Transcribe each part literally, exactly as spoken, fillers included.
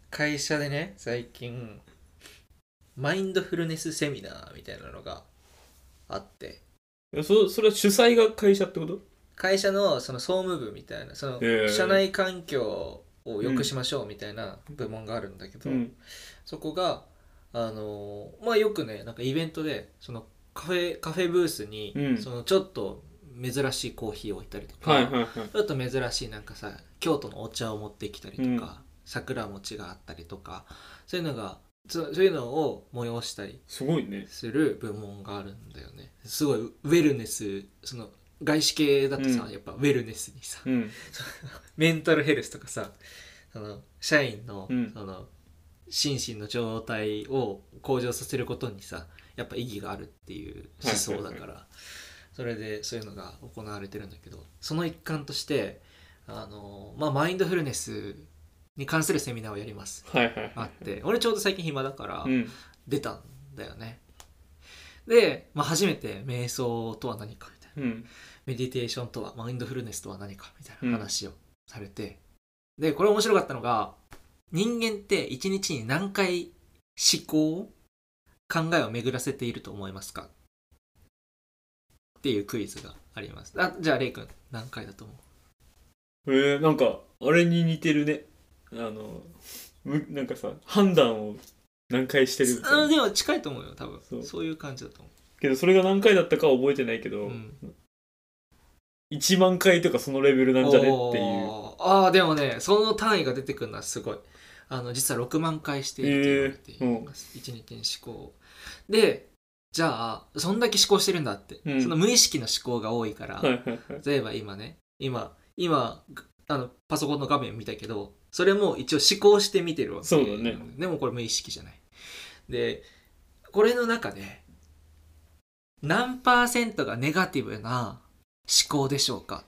会社でね最近マインドフルネスセミナーみたいなのがあって、 そ, それは主催が会社ってこと？ 会社のその総務部みたいな、その社内環境を良くしましょうみたいな部門があるんだけど、うん、そこがあのまあよくねなんかイベントでそのカフェカフェブースに、うん、そのちょっと珍しいコーヒーを置いたりとか、はいはいはい、ちょっと珍しいなんかさ京都のお茶を持ってきたりとか、うん、桜餅があったりとか、そういうのがそういうのを催したりする部門があるんだよね。すごいウェルネス、その外資系だとさ、うん、やっぱウェルネスにさ、うん、メンタルヘルスとかさ、その社員の、うん、その心身の状態を向上させることにさやっぱ意義があるっていう思想だから、それでそういうのが行われてるんだけど、その一環としてあの、まあ、マインドフルネスに関するセミナーをやります、はいはいはいはい、あって俺ちょうど最近暇だから出たんだよね、うん、で、まあ、初めて瞑想とは何かみたいな、うん、メディテーションとはマインドフルネスとは何かみたいな話をされて、うん、でこれ面白かったのが、人間って一日に何回思考考えを巡らせていると思いますかっていうクイズがあります。あ、じゃあレイ君何回だと思う？えー、なんかあれに似てるね。あのなんかさ判断を何回してるみたいな。 あでも近いと思うよ多分。そう、そういう感じだと思うけど、それが何回だったかは覚えてないけど、うん、いちまんかいとかそのレベルなんじゃねっていう。 ああでもねその単位が出てくるのはすごい。あの実はろくまんかいしていると言われています、えー、いちにちに思考で。じゃあそんだけ思考してるんだって、うん、その無意識の思考が多いから、例えば今ね今今あのパソコンの画面見たけど、それも一応思考して見てるわけ。 そうだね。 でもこれ無意識じゃない。でこれの中で何パーセントがネガティブな思考でしょうか？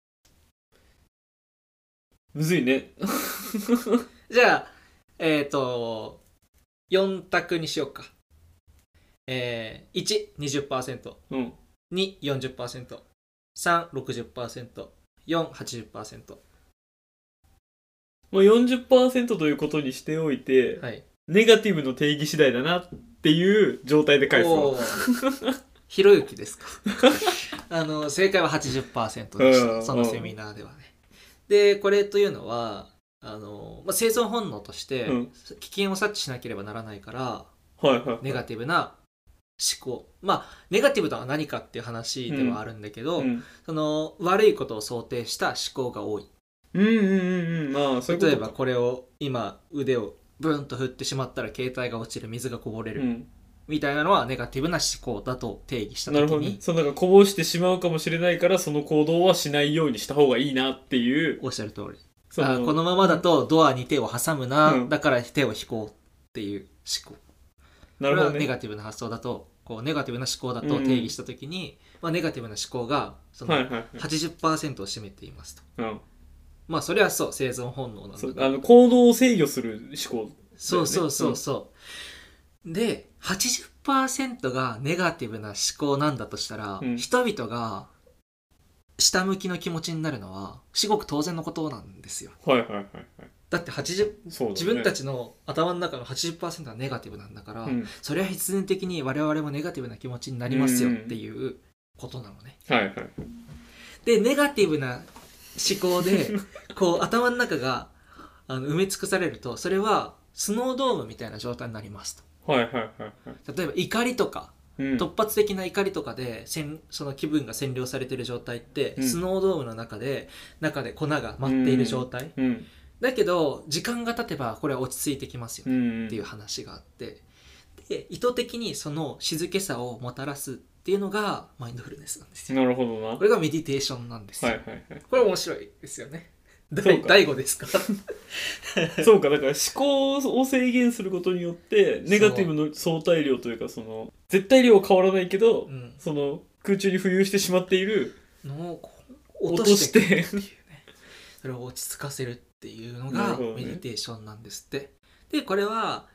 むずいね。 じゃあえっ、ー、とよん択にしようか。えー、いち、にじゅっパーセント、うん、に、よんじゅっパーセント、さん、ろくじゅっパーセント、よん、はちじゅっパーセント。 もう よんじゅっパーセント ということにしておいて、はい、ネガティブの定義次第だなっていう状態で返すわ。 ひろゆきですか？あの正解は はちじゅっパーセント でした、そのセミナーではね。でこれというのはあの、まあ、生存本能として危険を察知しなければならないから、はいはいはい、ネガティブな思考、まあネガティブとは何かっていう話ではあるんだけど、うん、その悪いことを想定した思考が多い。 うんうんうんうん、まあそういうことか。 例えばこれを今腕をブンと振ってしまったら携帯が落ちる、水がこぼれる、うん、みたいなのはネガティブな思考だと定義した時に、なるほどね。 そうなんかこぼしてしまうかもしれないからその行動はしないようにした方がいいなっていう。 おっしゃる通り。あこのままだとドアに手を挟むな、うん、だから手を引こうっていう思考。なるほどね。ネガティブな発想だとこうネガティブな思考だと定義したときに、うんまあ、ネガティブな思考がその はちじゅっパーセント を占めていますと、はいはいはい、まあそれはそう生存本能なんだけど、 あの行動を制御する思考、ね、 そうそうそうそう、うん、で はちじゅっパーセント がネガティブな思考なんだとしたら、うん、人々が下向きの気持ちになるのは至極当然のことなんですよ。 はいはいはいはい。 だってはちじゅう、そうだね、自分たちの頭の中の はちじゅっパーセント はネガティブなんだから、うん、それは必然的に我々もネガティブな気持ちになりますよっていうことなのね。はいはい。でネガティブな思考でこう頭の中があの埋め尽くされると、それはスノードームみたいな状態になりますと。はいはいはいはい。例えば怒りとか、うん、突発的な怒りとかでその気分が占領されている状態って、うん、スノードームの中で中で粉が舞っている状態、うんうんだけど時間が経てばこれは落ち着いてきますよねっていう話があって、で意図的にその静けさをもたらすっていうのがマインドフルネスなんですよ。 なるほどな。 これがメディテーションなんですよ、はいはいはい、これ面白いですよね。大悟ですか？ そうか、だから思考を制限することによってネガティブの相対量というか、その絶対量は変わらないけど、うん、その空中に浮遊してしまっているのを落としてっていうねそれを落ち着かせるっていうのがメディテーションなんですって。でこれは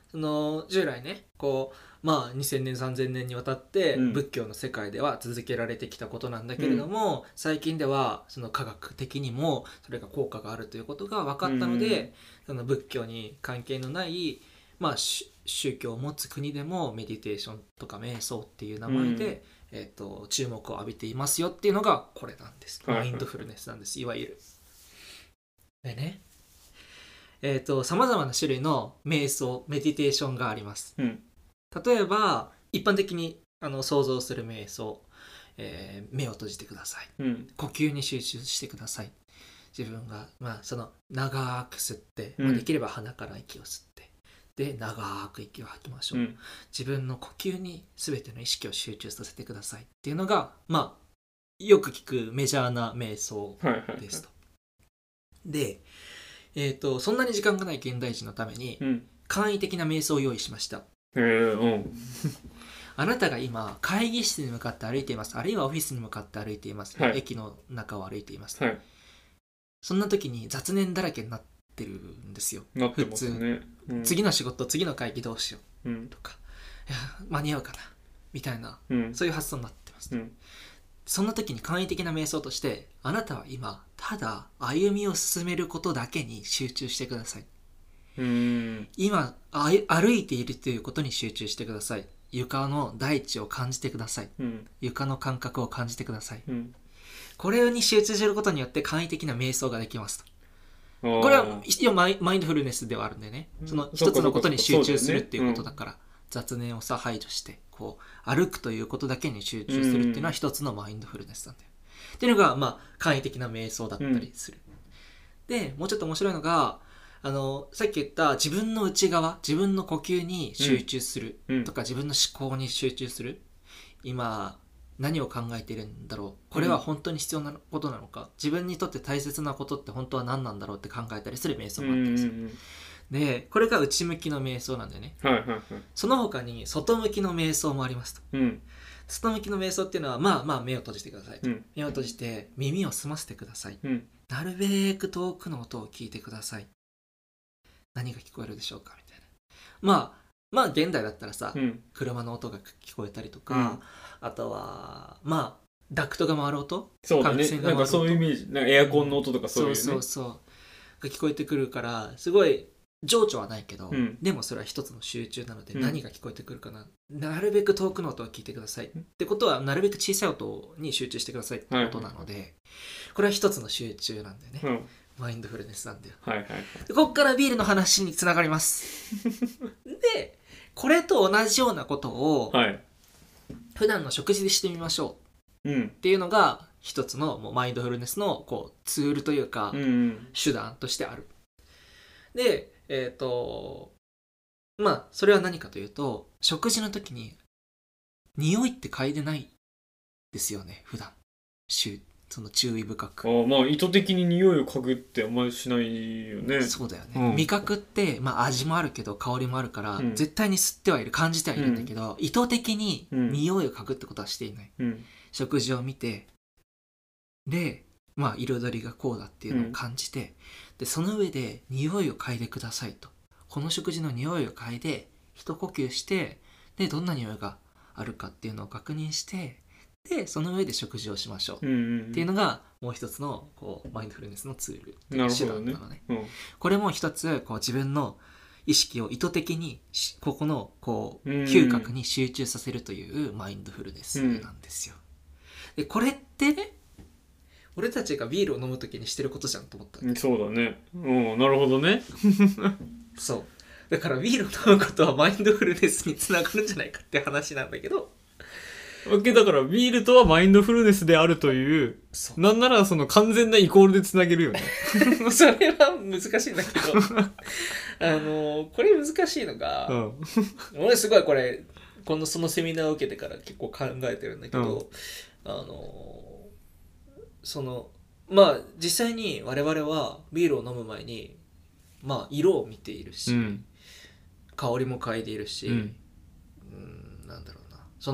その従来ねこうまあにせんねんさんぜんねんにわたって仏教の世界では続けられてきたことなんだけれども、うん、最近ではその科学的にもそれが効果があるということが分かったので、うん、その仏教に関係のないまあ宗教を持つ国でもメディテーションとか瞑想っていう名前で、うん、えーと、注目を浴びていますよっていうのがこれなんです。マインドフルネスなんです、いわゆる。でね、えーと、様々な種類の瞑想、メディテーションがあります。うん、例えば、一般的にあの想像する瞑想、えー、目を閉じてください、うん。呼吸に集中してください。自分が、まあ、その長く吸って、まあ、できれば鼻から息を吸って、うん、で、長く息を吐きましょう。うん、自分の呼吸に全ての意識を集中させてくださいっていうのが、まあ、よく聞くメジャーな瞑想ですと。で、えーと、そんなに時間がない現代人のために、うん、簡易的な瞑想を用意しました。へー、うん、あなたが今会議室に向かって歩いています、あるいはオフィスに向かって歩いています、はい、駅の中を歩いています、はい、そんな時に雑念だらけになってるんですよ。なってますね、うん、次の仕事次の会議どうしよう、うん、とかいや間に合うかなみたいな、うん、そういう発想になってます、うん、そんな時に簡易的な瞑想として、あなたは今ただ歩みを進めることだけに集中してください。うーん、今歩いているということに集中してください。床の大地を感じてください、うん、床の感覚を感じてください、うん、これに集中することによって簡易的な瞑想ができますと。これはマインドフルネスではあるんでね、その一つのことに集中するっていうことだから、雑念をさ排除してこう歩くということだけに集中するっていうのは一つのマインドフルネスなんだよ、うん、っていうのがまあ簡易的な瞑想だったりする、うん、でもうちょっと面白いのがあのさっき言った自分の内側、自分の呼吸に集中するとか、うん、自分の思考に集中する、今何を考えているんだろう、これは本当に必要なことなのか、自分にとって大切なことって本当は何なんだろうって考えたりする瞑想もあったりする、うんうんうん、でこれが内向きの瞑想なんだよね、はいはいはい、その他に外向きの瞑想もありますと、うん、外向きの瞑想っていうのはまあまあ目を閉じてくださいと、うん、目を閉じて耳を澄ませてください、うん、なるべく遠くの音を聞いてください、何が聞こえるでしょうかみたいな、まあまあ現代だったらさ、うん、車の音が聞こえたりとか、うん、あとはまあダクトが回る音、 そうだね、なんかそういうイメージ、なんかエアコンの音とかそういうね、 そうそうそうが聞こえてくるからすごい情緒はないけど、うん、でもそれは一つの集中なので、何が聞こえてくるかな、うん、なるべく遠くの音を聞いてください、うん、ってことはなるべく小さい音に集中してくださいってことなので、はい、これは一つの集中なんだよね、うん、マインドフルネスなんだよ、はいはいはい、でここからビールの話につながりますでこれと同じようなことを、はい、普段の食事でしてみましょう、うん、っていうのが一つのもうマインドフルネスのこうツールというか、うんうん、手段としてある。でえっとまあそれは何かというと、食事の時に匂いって嗅いでないですよね普段、その注意深く。 あ、まあ意図的に匂いを嗅ぐってあんまりしないよね。 そうだよね、うん、味覚って、まあ、味もあるけど香りもあるから、うん、絶対に吸ってはいる、感じてはいるんだけど、うん、意図的に匂いを嗅ぐってことはしていない、うん、食事を見てでまあ彩りがこうだっていうのを感じて、うん、でその上で匂いを嗅いでくださいと、この食事の匂いを嗅いで一呼吸して、でどんな匂いがあるかっていうのを確認して、でその上で食事をしましょう、うんうんうん、っていうのがもう一つのこうマインドフルネスのツール、手段なのね、うん、これも一つこう自分の意識を意図的にここのこう嗅覚に集中させるというマインドフルネスなんですよ、うん、でこれってね、俺たちがビールを飲むときにしてることじゃんと思った。 そうだね、うん、なるほどねそうだからビールを飲むことはマインドフルネスにつながるんじゃないかって話なんだけど、 だからビールとはマインドフルネスであるという、なんならその完全なイコールでつなげるよねそれは難しいんだけどあのこれ難しいのが、うん、俺すごいこれこのそのセミナーを受けてから結構考えてるんだけど、うん、あのそのまあ実際に我々はビールを飲む前にまあ色を見ているし、うん、香りも嗅いでいるし、うん、うんなんだろうな、その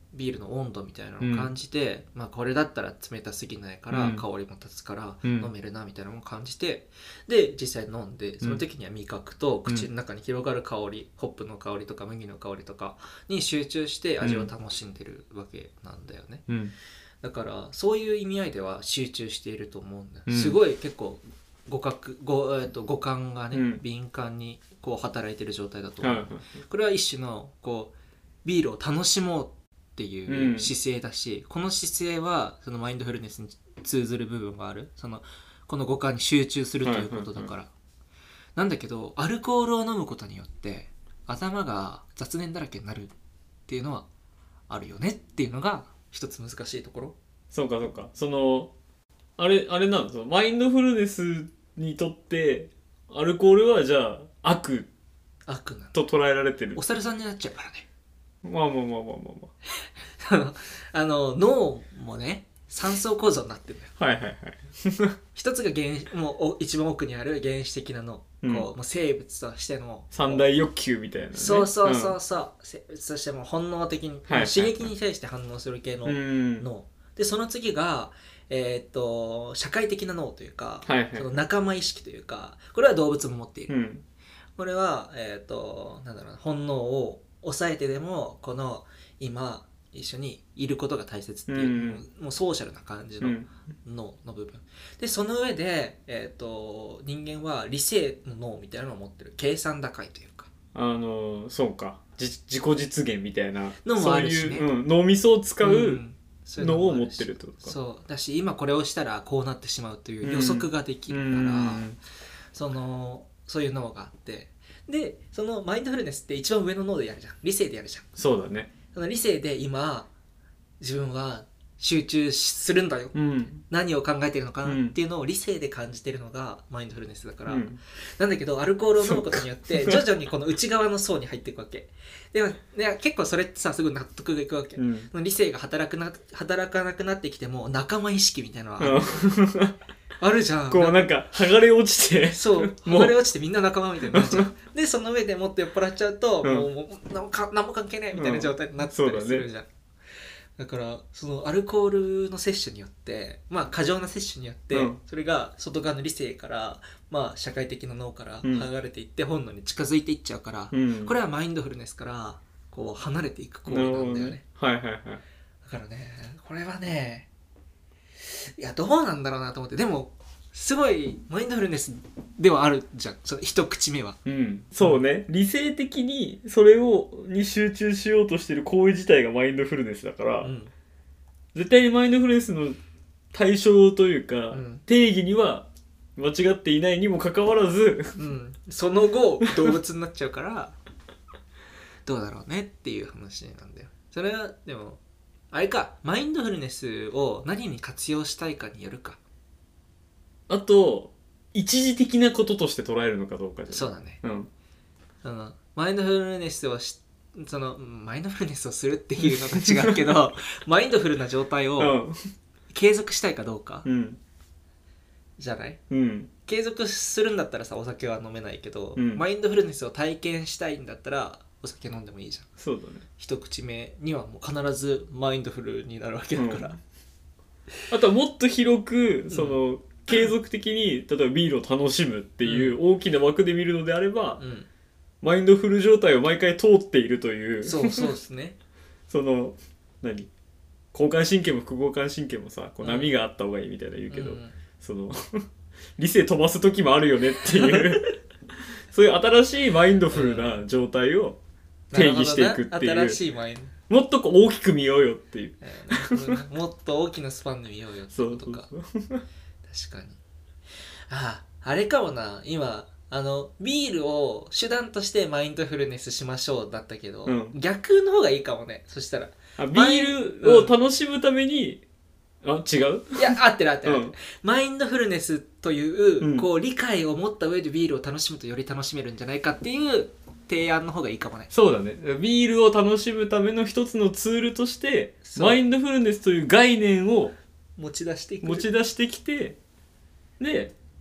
ビールの温度みたいなのを感じて、うん、まあこれだったら冷たすぎないから、うん、香りも立つから飲めるなみたいなのを感じて、で実際飲んで、その時には味覚と口の中に広がる香り、ホップの香りとか麦の香りとかに集中して味を楽しんでるわけなんだよね、うん、だからそういう意味合いでは集中していると思うんだよ、うん、すごい結構五角 五,、えー、と五感がね、うん、敏感にこう働いてる状態だと思う、うん、これは一種のこうビールを楽しもうっていう姿勢だし、うん、この姿勢はそのマインドフルネスに通ずる部分がある、そのこの五感に集中するということだから、はいはいはい、なんだけどアルコールを飲むことによって頭が雑念だらけになるっていうのはあるよねっていうのが一つ難しいところ。 そうかそうか、そのあれあれなんですよ、マインドフルネスにとってアルコールはじゃあ悪悪なと捉えられてる。 お猿さんになっちゃうからね。 まあまあまあまあまあまああの脳もね三層構造になってるんだよ。 はいはいはい一つが原もう一番奥にある原始的な脳、うん、こうもう生物としての三大欲求みたいな、ね、 そうそうそうそう、うん、生物としても本能的に、はいはいはい、刺激に対して反応する系の脳で、その次がえー、っと社会的な脳というか、はいはい、その仲間意識というか、これは動物も持っている、うん、これは、えー、っとなんだろうな、本能を抑えてでもこの今一緒にいることが大切っていう、うん、もうソーシャルな感じの脳の部分、うん、でその上で、えー、と人間は理性の脳みたいなのを持ってる、計算高いというか、 あのそうか、自己実現みたいなのもあるしね、 そういう、うん、脳みそを使う脳を持ってるってことか。 そうだし、今これをしたらこうなってしまうという予測ができるから、うん、そのそういう脳があって、でそのマインドフルネスって一番上の脳でやるじゃん、理性でやるじゃん。 そうだね。 その理性で今自分は集中するんだよ、うん、何を考えてるのかなっていうのを理性で感じてるのがマインドフルネスだから、うん、なんだけどアルコールを飲むことによって徐々にこの内側の層に入っていくわけでもで結構それってさ、すぐ納得がいくわけ、うん、理性が働くな働かなくなってきても仲間意識みたいなのはある、あるじゃん。 こうなんか剥がれ落ちてそう剥がれ落ちてみんな仲間みたいになっちゃうでその上でもっと酔っ払っちゃうと、うん、もうもう何もか何も関係ないみたいな状態になってたりするじゃん、うん、だからそのアルコールの摂取によってまあ過剰な摂取によって、うん、それが外側の理性からまあ社会的な脳から剥がれていって、うん、本能に近づいていっちゃうから、うん、これはマインドフルネスからこう離れていく行為なんだよね。 はいはいはい。 だからね、これはね、いやどうなんだろうなと思って、でもすごいマインドフルネスではあるじゃん、その一口目は。 うん、そうね、理性的にそれをに集中しようとしてる行為自体がマインドフルネスだから、うん、絶対にマインドフルネスの対象というか、うん、定義には間違っていないにもかかわらず、 うん、その後動物になっちゃうからどうだろうねっていう話なんだよ。それはでもあれか、マインドフルネスを何に活用したいかによるか。 あと一時的なこととして捉えるのかどうかじゃ。 そうだね、うん、そのマインドフルネスをしそのマインドフルネスをするっていうのと違うけどマインドフルな状態を継続したいかどうか、うん、じゃない、うん、継続するんだったらさお酒は飲めないけど、うん、マインドフルネスを体験したいんだったらお酒飲んでもいいじゃん。 そうだね。 一口目にはもう必ずマインドフルになるわけだから、うん、 あとはもっと広くその、うん、継続的に例えばビールを楽しむっていう大きな枠で見るのであれば、うん、マインドフル状態を毎回通っているというそうそうですねその何交感神経も副交感神経もさこう波があった方がいいみたいな言うけど、うん、その理性飛ばす時もあるよねっていうそういう新しいマインドフルな状態を定義していくっていう、 新しいマインドもっとこう大きく見ようよっていう、 えー、もっと大きなスパンで見ようよってことか。そうそうそう確かに。ああ、あれかもな。今あのビールを手段としてマインドフルネスしましょうだったけど、うん、逆の方がいいかもね。そしたらあビールを楽しむために、うん、あ違う？ いや合ってる合ってる、うん、マインドフルネスという、うん、こう理解を持った上でビールを楽しむとより楽しめるんじゃないかっていう提案の方がいいかもね。 そうだね。ビールを楽しむための一つのツールとしてマインドフルネスという概念を持ち出していく持ち出してきて、で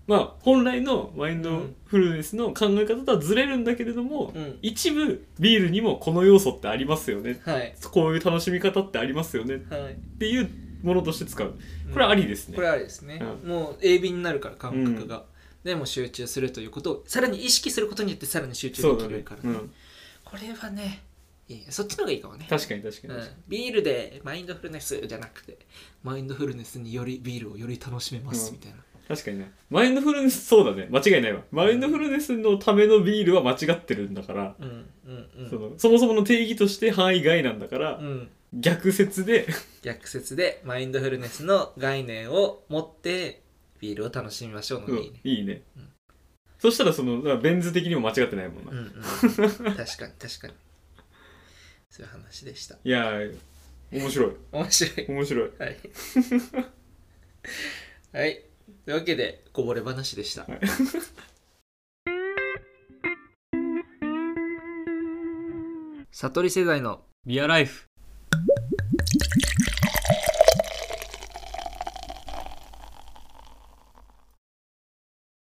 まあ本来のマインドフルネスの考え方とはずれるんだけれども、うん、一部ビールにもこの要素ってありますよね、はい、こういう楽しみ方ってありますよね、はい、っていうものとして使う。これはありですね、 うん、これはありですね、うん、もう鋭敏になるから感覚が、うん、でも集中するということをさらに意識することによってさらに集中できるからね、ね、うん、これはねいいそっちの方がいいかもね。 確かに確かに、うん、 ビールでマインドフルネスじゃなくてマインドフルネスによりビールをより楽しめますみたいな、 うん、確かにねマインドフルネスそうだね間違いないわ。マインドフルネスのためのビールは間違ってるんだから、うんうんうん、そのそもそもの定義として範囲外なんだから、うん、逆説で逆説でマインドフルネスの概念を持ってビールを楽しみましょうのでいいね、 うん、いいね、うん、そしたらそのベン図的にも間違ってないもんな、うんうん、 確かに確かにそういう話でした。 いやー面白い面白い面白いはいはい、というわけでこぼれ話でした、はい、悟り世代のビアライフ。